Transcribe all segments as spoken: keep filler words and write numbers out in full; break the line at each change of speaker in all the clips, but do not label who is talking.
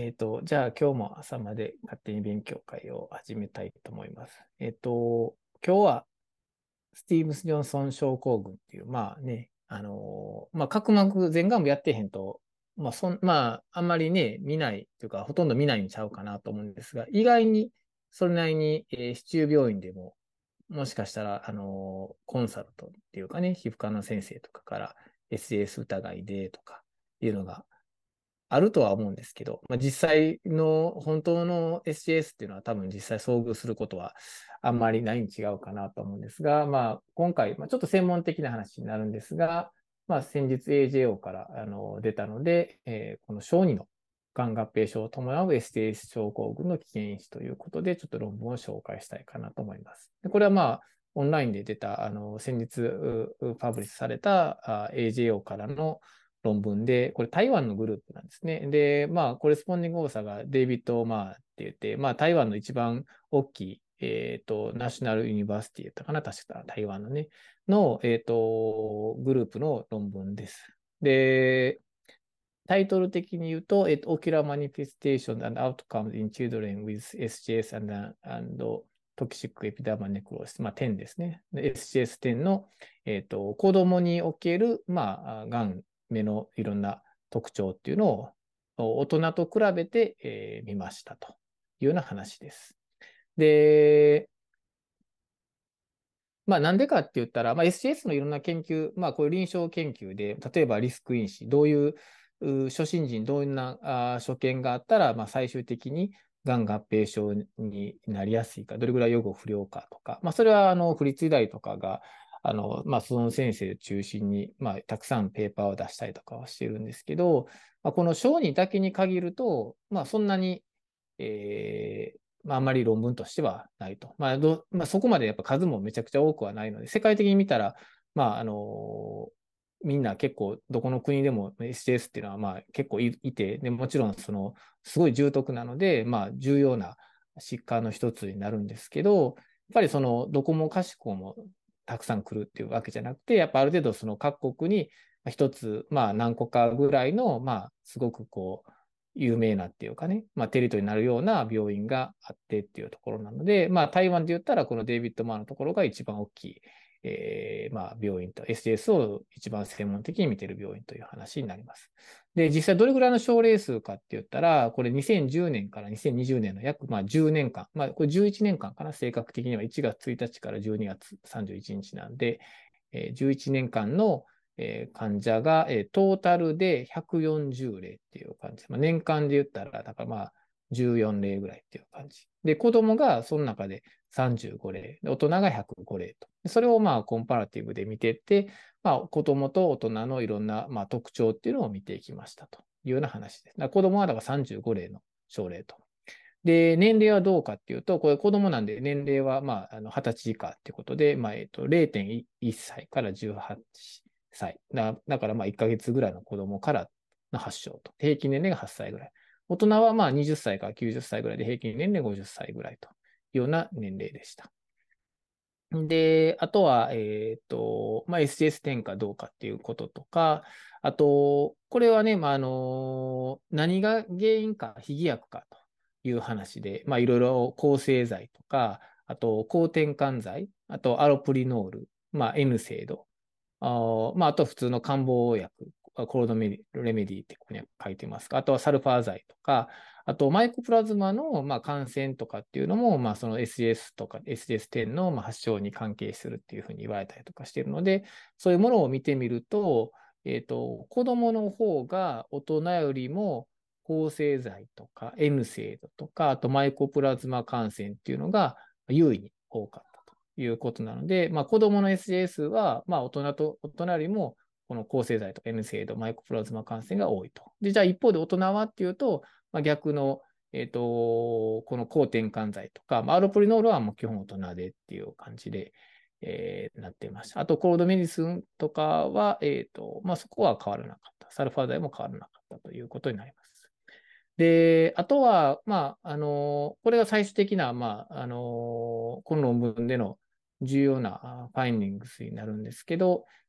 えっと、じゃあ今日も朝まで勝手に勉強会を始めたいと思います。えっと、今日はスティーブンス・ジョンソン症候群っていう、まあね、あの、まあ角膜前がん部やってへんと、まあそん、まああんまりね、見ないというか、ほとんど見ないんちゃうかなと思うんですが、意外にそれなりに、えー市中病院でも、もしかしたら、あの、コンサルトっていうかね、皮膚科の先生とかから エスエス 疑いでとかいうのがあるとは思うんですけど、まあ、実際の本当の エスジェーエス っていうのは多分実際遭遇することはあんまりないに違うかなと思うんですが、まあ、今回、まあ、ちょっと専門的な話になるんですが、まあ、先日 エージェーオー からあの出たので、えーこの小児のがん合併症を伴う エスジェーエス 症候群の危険因子ということで、ちょっと論文を紹介したいかなと思います。でこれはまあ、オンラインで出た、あの、先日パブリッシュされた エージェーオー からの論文で、これ台湾のグループなんですね。で、まあ、コレスポンディングオーサーがデイビッド・マーって言って、まあ、台湾の一番大きい、えっと、ナショナルユニバーシティやったかな、確か台湾のね、の、えっと、グループの論文です。で、タイトル的に言うと、えっと、Ocular Manifestation and Outcomes in Children with エスジェーエスand, and Toxic Epidermal Necrosis、まあ、テンですね。エスジェーエステン の、えっと、子供における、まあ、がん、目のいろんな特徴っていうのを大人と比べて、えー見ましたというような話です。で、まあ、なんでかって言ったら、まあ、エスジェーエス のいろんな研究、まあ、こういう臨床研究で、例えばリスク因子、どういうう初診時にどんなあ所見があったら、まあ、最終的にがん合併症になりやすいか、どれぐらい予後不良かとか、まあ、それはあの、府立医大とかが、あの、まあ、その先生中心に、まあ、たくさんペーパーを出したりとかはしてるんですけど、まあ、この小児だけに限ると、まあ、そんなに、えーまあ、あんまり論文としてはないと。まあどまあ、そこまでやっぱ数もめちゃくちゃ多くはないので、世界的に見たら、まあ、あのみんな結構どこの国でも エスジェーエス っていうのはまあ結構いて、でもちろんそのすごい重篤なので、まあ重要な疾患の一つになるんですけど、やっぱりそのどこもかしこもたくさん来るっていうわけじゃなくて、やっぱある程度その各国に一つ、まあ何個かぐらいの、まあすごくこう、有名なっていうかね、まあ、テリトリーになるような病院があってっていうところなので、まあ、台湾で言ったら、このデイビッド・マーのところが一番大きい、えー、まあ、病院と、エスジェーエス を一番専門的に見ている病院という話になります。で、実際どれぐらいの症例数かって言ったら、これにせんじゅうねんからにせんにじゅうねんの約、まあ、じゅうねんかん、まあ、これじゅういちねんかんかな、正確的にはいちがつついたちからじゅうにがつさんじゅういちにちなんで、えー、じゅういちねんかんのえー、患者が、えー、トータルでひゃくよんじゅう例っていう感じ。まあ、年間で言ったら、だからまあ、じゅうよん例ぐらいっていう感じ。で、子供がその中でさんじゅうご例、大人がひゃくご例と。それをまあ、コンパラティブで見ていって、まあ、子供と大人のいろんな、まあ、特徴っていうのを見ていきましたというような話です。だから子供はだからさんじゅうご例の症例と。で、年齢はどうかっていうと、これ子供なんで年齢はまあ、あの、はたち以下っていうことで、まあ、えっと、れいてんいっさいからじゅうはっさい。だだからまあ、いっかげつぐらいの子供からの発症と。平均年齢がはっさいぐらい。大人はまあ、はたちからきゅうじゅっさいぐらいで、平均年齢ごじゅっさいぐらいというような年齢でした。で、あとは、えっと、まあ、エスジェーエス 点かどうかっていうこととか、あと、これはね、まあ、あの、何が原因か、非偽薬かという話で、まあ、いろいろ抗生剤とか、あと、抗転換剤、あと、アロプリノール、まあ、N 制度、あまあ、あとは普通の漢方薬、コールドメディレメディってここに書いてますが、あとはサルファー剤とか、あとマイコプラズマのまあ感染とかっていうのも、まあ、その エスジェーエス とか エスジェーエステン のまあ発症に関係するっていうふうに言われたりとかしているので、そういうものを見てみると、えっと、子供の方が大人よりも抗生剤とか N 制度とか、あとマイコプラズマ感染っていうのが優位に多かったということなので、まあ、子供の エスジェーエス は、まあ、大人と、大人よりも、この抗生剤とか N 制度、マイコプラズマ感染が多いと。で、じゃあ一方で大人はっていうと、まあ、逆の、えっと、この抗転換剤とか、まあ、アロプリノールはもう基本大人でっていう感じで、えーなっていました。あと、コールドメディスンとかは、えっと、まあ、そこは変わらなかった。サルファー剤も変わらなかったということになります。で、あとは、まあ、あの、これが最終的な、まあ、あの、この論文での重要なファインディングスになるんですけど、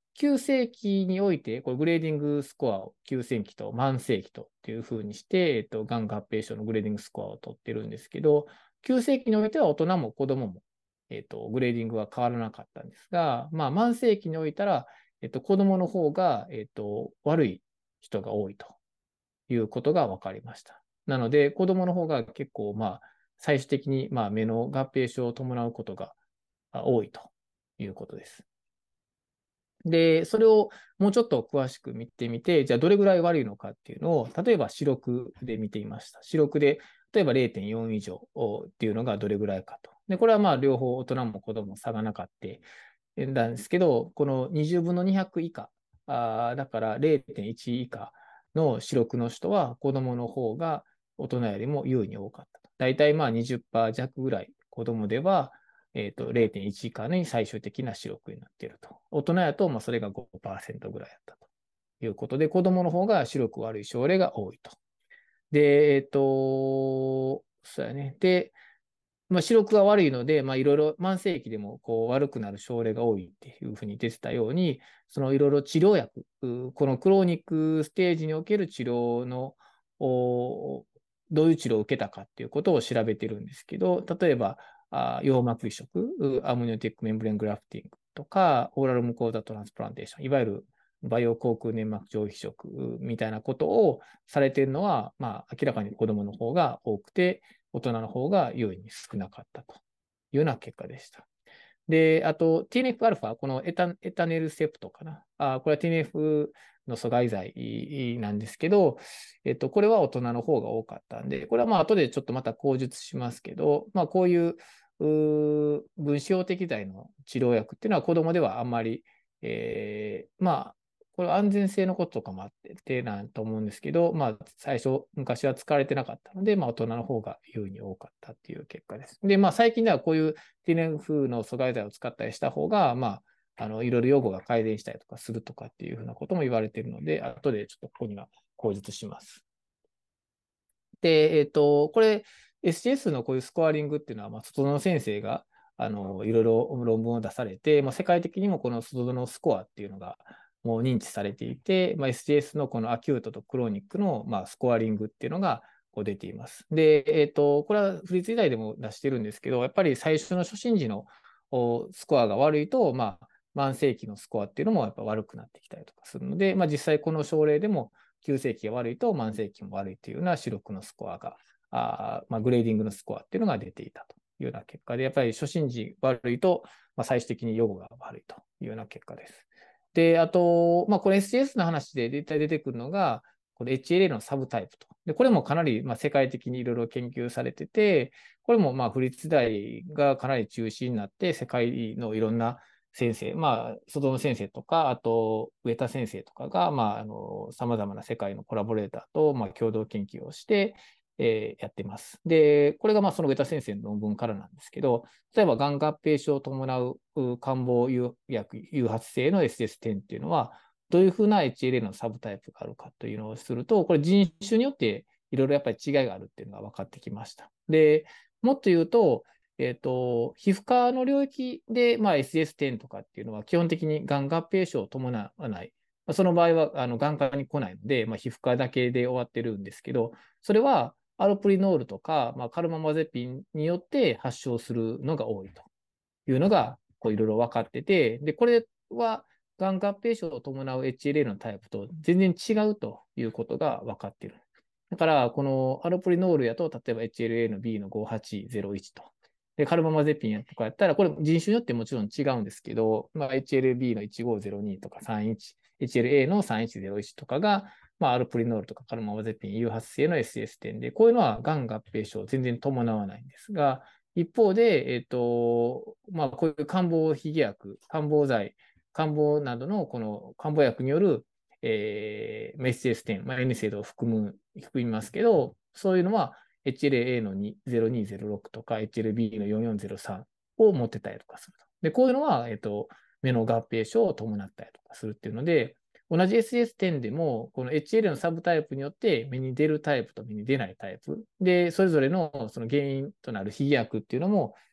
急性期において、これグレーディングスコアを急性期と慢性期とっていうふうにして、えっと、がん合併症のグレーディングスコアを取ってるんですけど、急性期においては大人も子供も、えっと、グレーディングは変わらなかったんですが、まあ、慢性期においたら、えっと、子供の方が、えっと、悪い人が多いということが分かりました。なので、子供の方が結構、まあ、最終的に、まあ、目の合併症を伴うことが多いということです。で、それをもうちょっと詳しく見てみて、じゃあどれぐらい悪いのかっていうのを、例えば視力で見ていました。視力で、例えば れいてんよん 以上っていうのがどれぐらいかと。で、これはまあ両方大人も子供も差がなかったんですけど、このにじゅうぶんのにひゃく以下、あだから れいてんいち 以下の視力の人は子供の方が大人よりも優位に多かったと。だいたいまあにじゅっパーセント弱ぐらい子供では、えっと、れいてんいち以下に最終的な視力になっていると。大人やと、まあ、それが ごパーセント ぐらいだったということで、子供の方が視力悪い症例が多いと。で、えっと、そうやね。で、まあ、視力が悪いので、まあ、いろいろ慢性期でもこう悪くなる症例が多いっていうふうに出てたように、そのいろいろ治療薬、このクローニックステージにおける治療の、どういう治療を受けたかっていうことを調べてるんですけど、例えば、あ葉膜移植、アムニオティックメンブレングラフティングとか、オーラルムコーダトランスプランテーション、いわゆるバイオ口腔粘膜上皮移植みたいなことをされているのは、まあ、明らかに子供の方が多くて、大人の方が優位に少なかったというような結果でした。で、あと ティーエヌエフ アルファ、このエタエタネルセプトかな。あこれは ティーエヌエフ の阻害剤なんですけど、えっと、これは大人の方が多かったんで、これはまあ後でちょっとまた口述しますけど、まあこういうう分子標的剤の治療薬っていうのは子供ではあんまり、えー、まあこれ安全性のこととかもあってなんと思うんですけど、まあ最初昔は使われてなかったので、まあ大人の方が優位に多かったっていう結果です。で、まあ最近ではこういう ティーエヌエフ の阻害剤を使ったりした方が、まああのいろいろ予後が改善したりとかするとかっていうふうなことも言われているので、後でちょっとここには口述します。で、えっと、これ エスジーエス のこういうスコアリングっていうのは、まあ、外の先生があのいろいろ論文を出されて、まあ、世界的にもこの外のスコアっていうのがもう認知されていて、まあ、エスジーエス のこのアキュートとクローニックの、まあ、スコアリングっていうのがこう出ています。で、えっと、これはフリーツ医大でも出してるんですけど、やっぱり最初の初診時のスコアが悪いと、まあ、慢性期のスコアっていうのもやっぱ悪くなってきたりとかするので、まあ、実際この症例でも急性期が悪いと慢性期も悪いというような視力のスコアが、あまあ、グレーディングのスコアっていうのが出ていたというような結果で、やっぱり初診時悪いと、まあ、最終的に予後が悪いというような結果です。で、あと、まあ、これ エスジーエス の話で絶対出てくるのが、これ エイチエルエー のサブタイプと。で、これもかなりまあ世界的にいろいろ研究されてて、これもまあ府立大がかなり中心になって、世界のいろんな先生、まあ、外の先生とか、あと、上田先生とかが、まあ、あの、様々な世界のコラボレーターと、まあ、共同研究をして、えーやってます。で、これがまあその上田先生の論文からなんですけど、例えば、がん合併症を伴う感房薬誘発性の エスエステン っていうのは、どういうふうな エイチエルエー のサブタイプがあるかというのをすると、これ人種によっていろいろやっぱり違いがあるっていうのが分かってきました。で、もっと言うと、えっと、皮膚科の領域で、まあ、エスエステン とかっていうのは基本的にがん合併症を伴わない。その場合は、あの、眼科に来ないので、まあ、皮膚科だけで終わってるんですけど、それは、アロプリノールとか、まあ、カルママゼピンによって発症するのが多いというのが、こういろいろ分かってて、で、これは、がん合併症を伴う エイチエルエー のタイプと全然違うということが分かっている。だから、このアロプリノールやと、例えば エイチエルエー の ビー のごはちゼロいちと。で、カルママゼピンとかやったら、これ人種によってもちろん違うんですけど、まあ、エイチエルビー のいちごゼロにとかさんじゅういち、エイチエルエー のさんいちゼロいちとかが、まあ、アルプリノールとかカルママゼピン誘発性の エスエス 点で、こういうのはがん合併症を全然伴わないんですが、一方で、えっと、まあ、こういう漢方被疑薬、漢方剤、漢方などのこの漢方薬による、えー、エスエス 点、まあ、N 精度を含む、含みますけど、そういうのは エイチエルエー のゼロにゼロろくとか エイチエルビー のよんよんゼロさんを持ってたりとかすると。で、こういうのは、えっと、目の合併症を伴ったりとかするっていうので、同じ エスエス 点でも、この エイチエルエー のサブタイプによって目に出るタイプと目に出ないタイプで、それぞれのその原因となる被疑薬っていうのも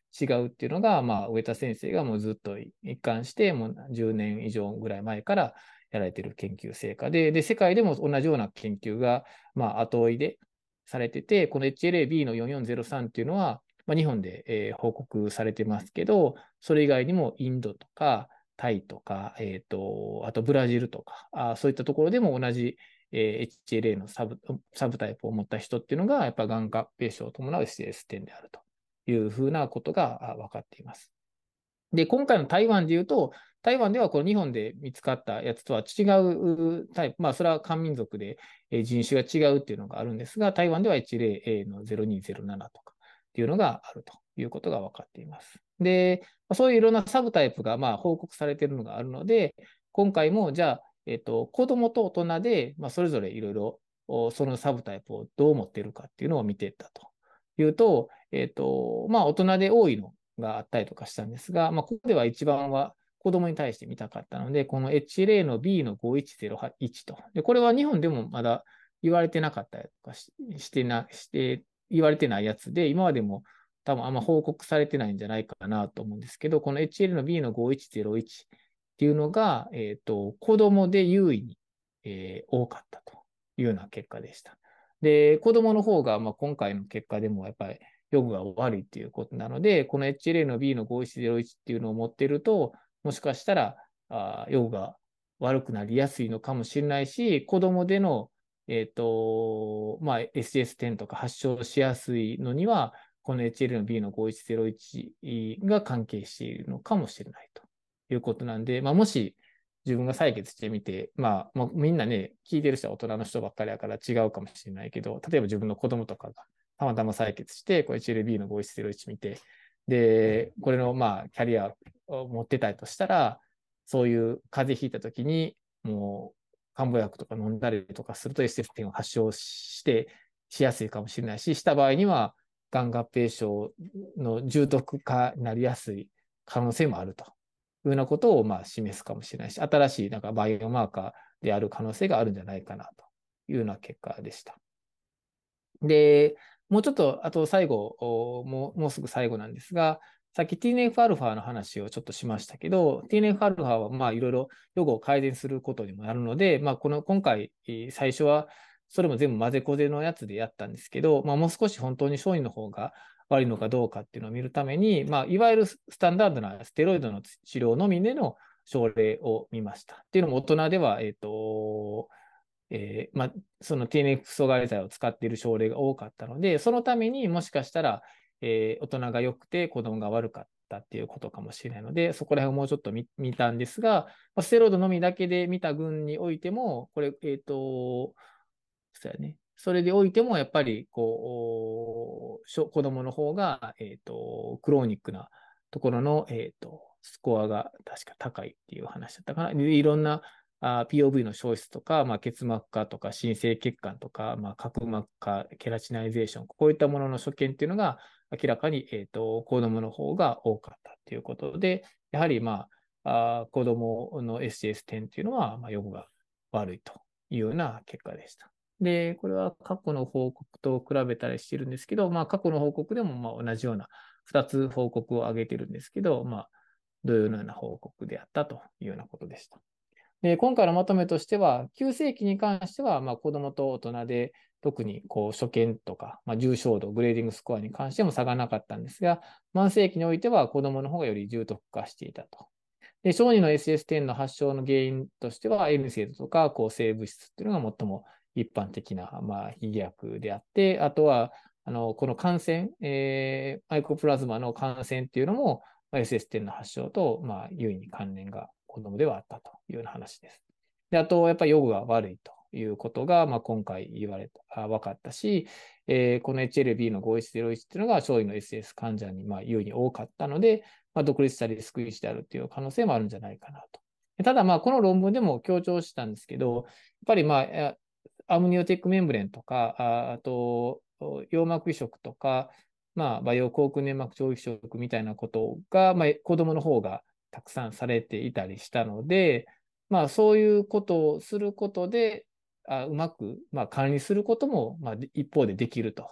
違うっていうのが、まあ、上田先生がもうずっと一貫して、もうじゅうねん以上ぐらい前からやられている研究成果で、で、世界でも同じような研究が、まあ、後追いでされてて、この エイチエルエービー のよんよんゼロさんっていうのは、まあ、日本で、えー報告されてますけど、それ以外にもインドとか、タイとか、えっと、あとブラジルとか、あそういったところでも同じ、えー エイチエルエー のサブサブタイプを持った人っていうのが、やっぱがん合併症を伴う エスエステン であるというふうなことが分かっています。で、今回の台湾で言うと、台湾ではこの日本で見つかったやつとは違うタイプ、まあ、それは漢民族で人種が違うっていうのがあるんですが、台湾では エイチエルエーエー のゼロにゼロななとかっていうのがあるということが分かっています。で、そういういろんなサブタイプがまあ報告されているのがあるので、今回もじゃあ、えっと、子供と大人で、まあ、それぞれいろいろそのサブタイプをどう持っているかっていうのを見ていったというと、えっと、まあ、大人で多いのがあったりとかしたんですが、まあ、ここでは一番は子供に対して見たかったので、この エイチエルエー の ビー のごいちゼロいちと。で、これは日本でもまだ言われてなかったりとかししてな、して、言われてないやつで、今までも多分あんま報告されてないんじゃないかなと思うんですけど、この エイチエルエー の ビー のごいちゼロいちっていうのが、えっと、子供で優位に、えー多かったというような結果でした。で、子供の方が、まあ、今回の結果でもやっぱり予後が悪いっていうことなので、この エイチエルエー の ビー のごいちゼロいちっていうのを持っていると、もしかしたら、あ予後が悪くなりやすいのかもしれないし、子供での、えっと、まあ、エスエステン とか発症しやすいのには、この エイチエルエー の ビー のごいちゼロいちが関係しているのかもしれないということなんで、まあ、もし自分が採血してみて、まあ、まあ、みんなね、聞いてる人は大人の人ばっかりだから違うかもしれないけど、例えば自分の子供とかがたまたま採血して、これ エイチエルビー のごいちゼロいち見て、で、これのまあキャリアを持ってたりとしたら、そういう風邪ひいた時に、もう漢方薬とか飲んだりとかすると エスエステン を発症して、しやすいかもしれないし、した場合には、がん合併症の重篤化になりやすい可能性もあるというようなことをまあ示すかもしれないし、新しいなんかバイオマーカーである可能性があるんじゃないかなというような結果でした。で、もうちょっと、あと最後、もうもうすぐ最後なんですが、さっき ティーエヌエフアルファ の話をちょっとしましたけど、ティーエヌエフアルファ はまあいろいろ予後を改善することにもなるので、まあ、この今回、最初はそれも全部混ぜこぜのやつでやったんですけど、まあ、もう少し本当に小児の方が悪いのかどうかっていうのを見るために、まあ、いわゆるスタンダードなステロイドの治療のみでの症例を見ました。っていうのも大人では、えっと、えーまあ、その ティーエヌエフ 阻害剤を使っている症例が多かったので、そのためにもしかしたら、えー大人が良くて子供が悪かったっていうことかもしれないので、そこら辺をもうちょっと 見, 見たんですが、まあ、ステロイドのみだけで見た群においても、これ、えっ、と、そうやね。それでおいても、やっぱり、こう、子供の方が、えっ、と、クローニックなところの、えっ、と、スコアが確か高いっていう話だったかな。でいろんなあ ピーオーブイ の消失とか、まあ、結膜化とか、新生血管とか、まあ、角膜化、ケラチナイゼーション、こういったものの所見っていうのが、明らかに、えっ、と、子供の方が多かったっていうことで、やはり、まあ、あ子供の エスエステン っていうのは、まあ、予後が悪いというような結果でした。で、これは過去の報告と比べたりしてるんですけど、まあ、過去の報告でもまあ同じようなふたつ報告を挙げてるんですけど、まあ、同様のような報告であったというようなことでした。で、今回のまとめとしては、急性期に関しては、まあ、子供と大人で、特にこう所見とか、まあ、重症度、グレーディングスコアに関しても差がなかったんですが、慢性期においては子供の方がより重篤化していたと。で、小児の エスエステン の発症の原因としては、エヌセイドとか抗生物質っていうのが最も一般的な、まあ、被疑薬であって、あとは、あの、この感染、えー、マイコプラズマの感染っていうのも、エスエステン の発症と、まあ、優位に関連が子供ではあったというような話です。で、あと、やっぱり予後が悪いということが、まあ、今回言われた、あ分かったし、えー、この エイチエルビー のごいちゼロいちっていうのが、小児の エスエス 患者に、まあ、優位に多かったので、まあ、独立したリスク因子であるという可能性もあるんじゃないかなと。ただ、まあ、この論文でも強調したんですけど、やっぱり、まあ、アムニオティックメンブレンとか、ああと、葉膜移植とか、まあ、培養口腔粘膜上移植みたいなことが、まあ、子供の方がたくさんされていたりしたので、まあ、そういうことをすることで、あうまく、まあ、管理することも、まあ、一方でできると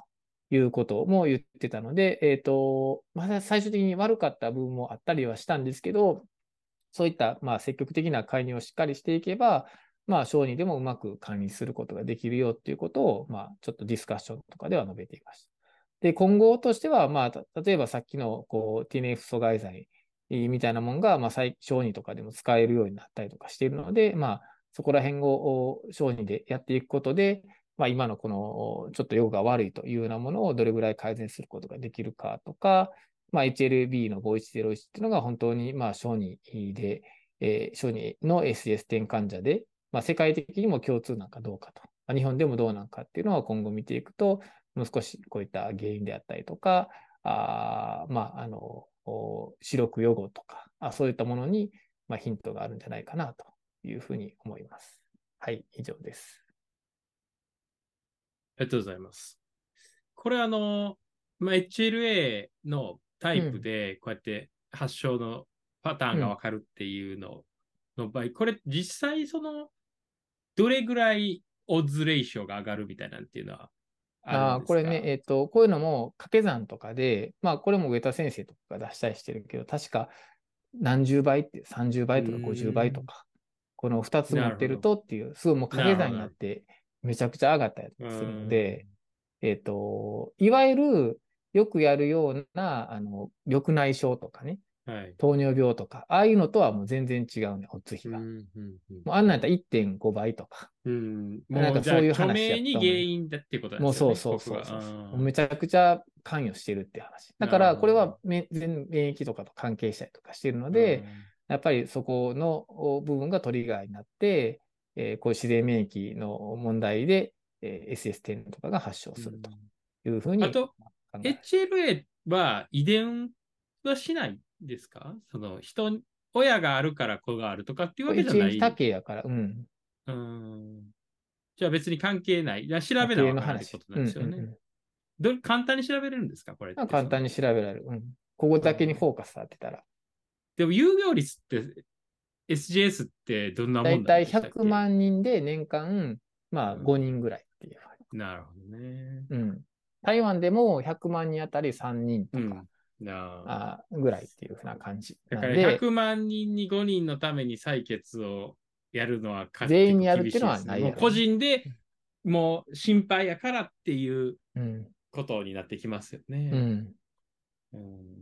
いうことも言ってたので、えっと、まだ最終的に悪かった部分もあったりはしたんですけど、そういった、まあ、積極的な介入をしっかりしていけば、まあ、小児でもうまく管理することができるよっていうことを、まあ、ちょっとディスカッションとかでは述べていました。で、今後としては、まあ、例えばさっきの、こう、ティーエヌエフ 阻害剤みたいなものが、まあ、小児とかでも使えるようになったりとかしているので、まあ、そこら辺を小児でやっていくことで、まあ、今のこのちょっと予後が悪いというようなものをどれぐらい改善することができるかとか、まあ、エイチエルビー のごいちゼロいちっていうのが本当にまあ小児で、えー、小児の エスエス 転患者で、まあ、世界的にも共通なんかどうかと、まあ、日本でもどうなんかっていうのを今後見ていくと、もう少しこういった原因であったりとか、あまあ、あの、視力予後とか、あそういったものに、まあ、ヒントがあるんじゃないかなというふうに思います。はい、以上です。
ありがとうございます。これあの、まあ、エイチエルエー のタイプ
うん、
でこうやって発症のパターン
うん。
がわかるっていうのの場合、これ実際その、どれぐらいオッズレイショが上がるみたいなんていうのはあるん
あこれね、
ですか？
えっと、こういうのも掛け算とかで、まあ、これも上田先生とかが出したりしてるけど、確か何十倍って、さんじゅう
う
倍とかごじゅうばいと
ーん。
か、このふたつ持ってる
なるほど。
とっていう、すごいもう掛け算
なるほど、なるほ
になって、めちゃくちゃ上がったりと
ど。う
かするの
ー
で、
ん。
えっと、いわゆるよくやるような、あの、緑内障とかね、
はい。
糖尿病とか、ああいうのとはもう全然違うね、オッズ比が。
うん、うん、うん。
もうあんなんやったらいってんごばいとか、
うん。もう、じゃあ、
なんかそういう
著
話や
名に原
ったと思うね。
因だっていうことなんで
もうそう
すよね、
そうそう
ここが。
そうそう。もう
あ
めちゃくちゃ関与してるっていう話。だか
なる
ら、これ
ほど。
は免免疫とかと関係したりとかしてるの
う
で、
ん。
やっぱりそこの部分がトリガーになって、えーこういう自然免疫の問題で、えー エスエステン とかが発症すると
うん。
いうふうに
あと、
考えられる。
エイチエルエー は遺伝はしないですか？その人、親があるから子があるとかっていうわけじゃ
一円多
ない。
形やから、うん。
うん。じゃあ別に関係ない。いや、調
多
べな
形の話。
わからんってことな
うん
んですよね。
うんうん。
ど、簡単に調べれるんですかこれっ
まあ、
て、
簡単に
その。
調べられる。うん。ここだけに
うん。
フォーカスされてたら。
でも、有病率って エスジェーエス ってどんな
だい
もんなんで
たい100
したっけ？
万人で年間、まあ
うん。
ごにんぐらいっていう。
なるほどね。
うん。台湾でもひゃくまん人あたりさんにんとか、
うん。なあ。
あぐらいっていうふうな感じ
だから
なんで、
ひゃくまん人にごにんのために採血をやるのはか結構
全員にやるっていうのは
厳しいですね。もう個
ないやろね。
人でもう心配やからっていう
うん。
ことになってきますよね。
うん。
うん、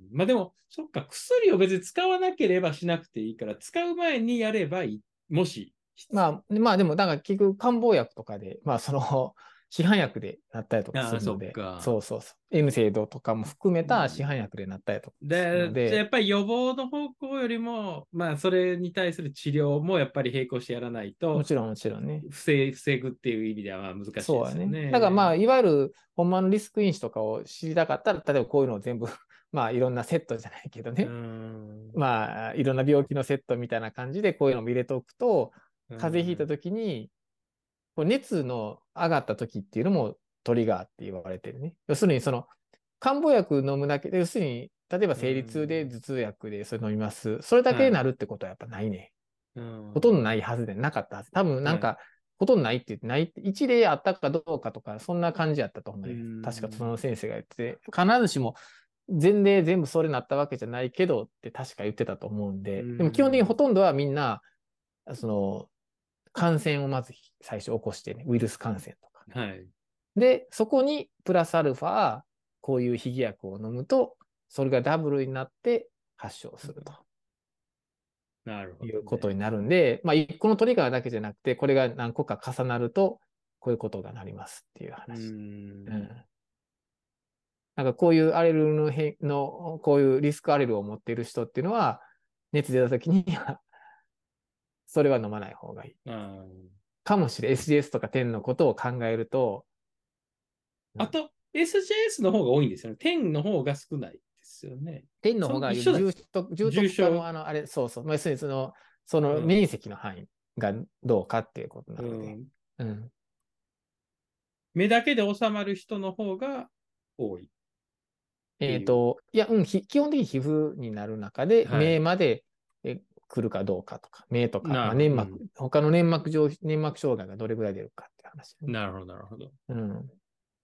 まあでも、そっか、薬を別に使わなければしなくていいから、使う前にやればいい。もし、
まあ、まあでも、だから結局漢方薬とかで、まあその、市販薬でなったりとか
ああ、そっ
するので、そ
か。
うそうそう。N 制度とかも含め
う
た市販
ん、
薬でなったりとかするの
で、じゃあや
で、
っぱり予防の方向よりも、まあそれに対する治療もやっぱり並行してやらないと、
もちろんもちろんね。
防防ぐっていう意味ではまあ難しいですよ
そうやね。だからま
ね。
あ、いわゆる、ほんまのリスク因子とかを知りたかったら、例えばこういうのを全部まあ、いろんなセットじゃないけど
う
ね。
ん。
まあ、いろんな病気のセットみたいな感じで、こういうのも入れておくと、
う
風邪ひいた
ん。
時に、こう熱の上がった時っていうのもトリガーって言われてるね。要するに、その、漢方薬飲むだけで、要するに、例えば
う
生理痛で
ん。
頭痛薬でそれ飲みます。それだけにな
はい。
るってことはやっぱないね。
う
ほとんどな
ん。
いはずで、なかったはず。多分な
はい。
んか、ほとんどないって言って、ないって、一例あったかどうかとか、そんな感じやったと思う
う
ね。確かそ
ん。
の先生が言ってて、必ずしも前例全部それなったわけじゃないけどって確か言ってたと思うん
う
で、でも基本的にほ
ん。
とんどはみんな、その、感染をまず最初起こしてね、ウイルス感染とか。
はい。
で、そこにプラスアルファ、こういう被疑薬を飲むと、それがダブルになって発症すると。
なるほ
いうことに
どね。
なるんで、まあ、一個のトリガーだけじゃなくて、これが何個か重なると、こういうことがなりますっていう
う
話。う
ん。
ん。なんかこういうアレルのへの、こういうリスクアレルを持っている人っていうのは、熱出た時にはそれは飲まない方がいい。
あ
かもしれん。エスジーエス とかじゅうのことを考えると、うん、
あと、エスジェーエス の方が多いんですよね。じゅうの方が少ないですよね。
じゅうの
その
方がより重
一緒なんですか？
篤、重篤化の
重症。
あの、あれ、そうそう。まあ、要するにその、その
うん。
面積の範囲がどうかっていうことな
う
ので。
ん。
うん。
目だけで収まる人の方が多いっていう。
えっと、いや、うん、基本的に皮膚になる中で、
はい。
目までえ来るかどうかとか、目とか、まあ、
なるほど。う
粘膜、
ん。
他の粘膜上、粘膜障害がどれぐらい出るかって話、ね。
なるほど、なるほど。
うん。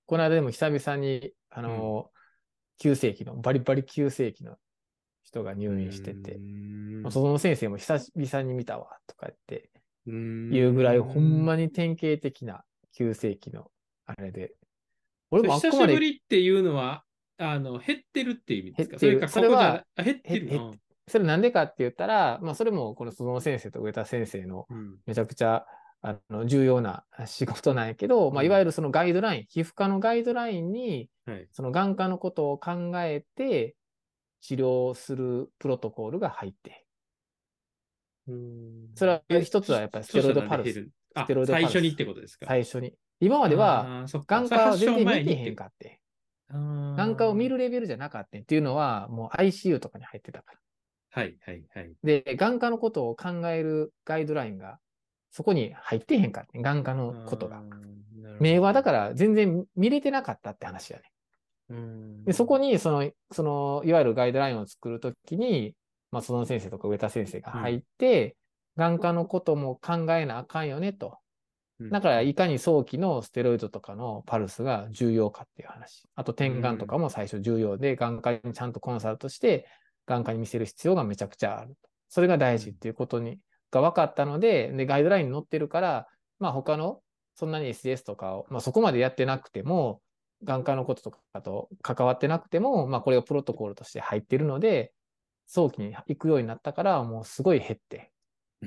この間でも久々に、あの、急性期の、バリバリ急性期の人が入院してて、その先生も久々に見たわ、とか言って、いうぐらい、ほんまに典型的な急性期のあれで、俺もあっ
久し
こまで
ぶりっていうのは、あの、減ってるっていう意味ですか？それ
減ってる。
かここじゃ
それは、
あ減って
へ、
るの？
へ、それなんでかって言ったら、まあ、それもこの鈴野先生と上田先生の
うん。
めちゃくちゃあの重要な仕事なんやけど、まあ、いわゆるそのガイドライン、皮膚科のガイドラインに、
はい。
その眼科のことを考えて治療するプロトコルが入って、
うん。
それは
え、
一つは
そ
やっぱりステ
そしたら
ロイドパルス、
なんで減る？あ、
ステロイド
最初にっ
パルス、
てことですか？
最初に。今までは
ああ、そっか。
眼
それ発症
科を全然見てへん
前にって。
かって、
あ
眼科を見
あ。
るレベルじゃなかったっていうのは、もう アイシーユー とかに入ってたから。
はいはいはい。
で、眼科のことを考えるガイドラインがそこに入ってへんかって、眼科
あ
のことが。
ーなるほど。
目はだから全然見れてなかったって話やね。
うん。
で、そこにその、その、いわゆるガイドラインを作るときに、まあ、その先生とか上田先生が入っ
うん。
て、眼科のことも考えなあかんよねと。
うん。
だから、いかに早期のステロイドとかのパルスが重要かっていう話。あと、
う
点眼とか
ん。
も最初重要で、眼科にちゃんとコンサルトして、眼科に見せる必要がめちゃくちゃある。それが大事っていうことに、が分かったので、で、ガイドラインに載ってるから、まあ、他の、そんなに エスディーエス とかを、まあ、そこまでやってなくても、眼科のこととかと関わってなくても、まあ、これがプロトコルとして入ってるので、早期に行くようになったから、もうすごい減って。
うん。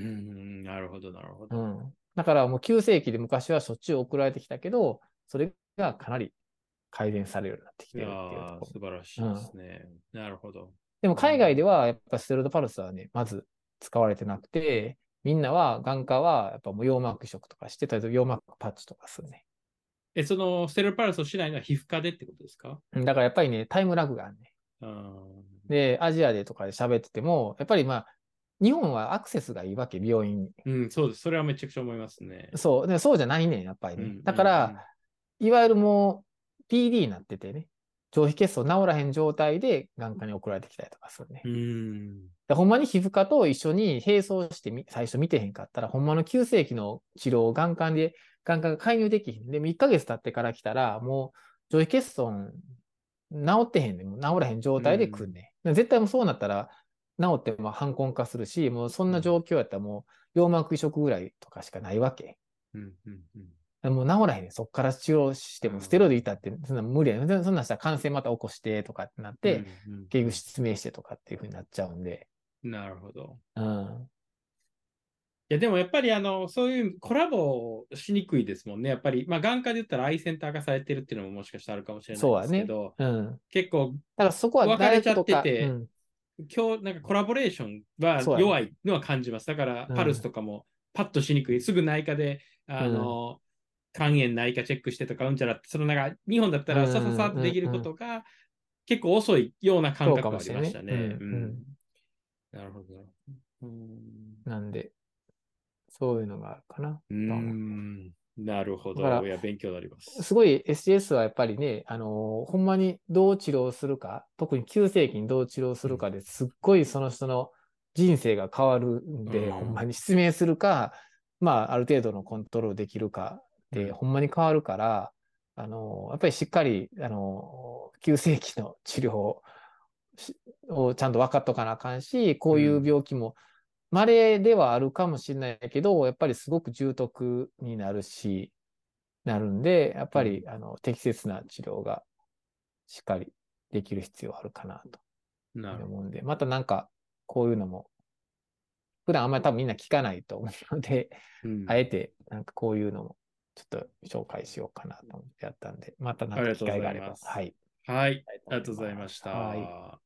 なるほど、なるほど。
うん。だからもう急性期で昔はしょっちゅう送られてきたけど、それがかなり改善されるようになってき
いや
てるっていうと
ー、
こ
素晴らし
ろ。
いで
うん。
すね。なるほど。
でも海外
うん。
ではやっぱステロイドパルスはね、まず使われてなくて、みんなは眼科はやっぱもう葉膜移植とかして、例えば葉膜パッチとかするね。
え、その、ステロイドパルスをしないのは皮膚科でってことですか？
だからやっぱりね、タイムラグがあるね。
あー
で、アジアでとかで喋ってても、やっぱりまあ、日本はアクセスがいいわけ、病院に。
うん、そうです。それはめちゃくちゃ思いますね。
そう。で、そうじゃないねん、やっぱり
うん、う
ね。だから、
ん、
いわゆるもう ピーディー になっててね、上皮血素治らへん状態で眼科に送られてきたりとかするね。
うん。うん。
でほんまに皮膚科と一緒に並走してみ最初見てへんかったら、ほんまの急性期の治療を眼科で、眼科が介入できへん。で、いっかげつ経ってから来たら、もう上皮血素治ってへんねん。もう治らへん状態で来んねん。で絶対もうそうなったら、治っても反根化するし、もうそんな状況やったらもう葉膜移植ぐらいとかしかないわけ。
うん、うん、うん。
もう治らへんねん。そっから治療しても、ステロイドいたって、そんな無理やねん。そんなんしたら感染また起こしてとかってなっ
うん、
て、
うん、
結局
うん。
失明してとかっていうふうになっちゃうんで。
なるほど。
うん。
いや、でもやっぱりあの、そういうコラボしにくいですもんね。やっぱり、まあ、眼科で言ったらアイセンター化されてるっていうのももしかしたらあるかもしれないんで
そうやね。
すけど、
うん。
結構
だからそこは
分か
大
れちゃって
学とか、う
て、
ん。
今日なんかコラボレーションは
そうやね。
弱いのは感じます。だからパルス
うん。
とかもパッとしにくい。すぐ内科で、あ
うん。
の、肝炎内科チェックしてとかうんちゃらって、そのなんか日本だった
うん。
らさささ
うん。
ってできる
うん。
ことが結構遅いような感
そうか
覚はあり
もしれんね。
ましたね。
うん。
うん。
うん。
なるほど。うん。
なんで、そういうのがあるかな
うー
と思って。
ん。なるほど。
だから、
いや、勉強になります。
すごい エスジーエス はやっぱりね、あのーほんまにどう治療するか、特に急性期にどう治療す
うん。
るかですっごいその人の人生が変わるん
う
で、ほんま
ん。
に失明するか、まあ、ある程度のコントロールできるかで、
うん。
ほんまに変わるから、あのーやっぱりしっかり、あのー急性期の治療をしをちゃんと分かっとかなあかんし、こういう
うん。
病気も稀ではあるかもしれないけど、やっぱりすごく重篤になるし、なるんで、やっぱり、
うん。
あの、適切な治療がしっかりできる必要あるかなと
なるほ
思うんで、またなんか、こういうのも、普段あんまり多分みんな聞かないと思うので、
ど。うん。
あえて、なんかこういうのも、ちょっと紹介しようかなと思ってやったんで、またなんか機
ありがとうご
会があれば、
ざいます。
はい、
はい。
したいと思い
ありがとうございまし
ます。はい。
た。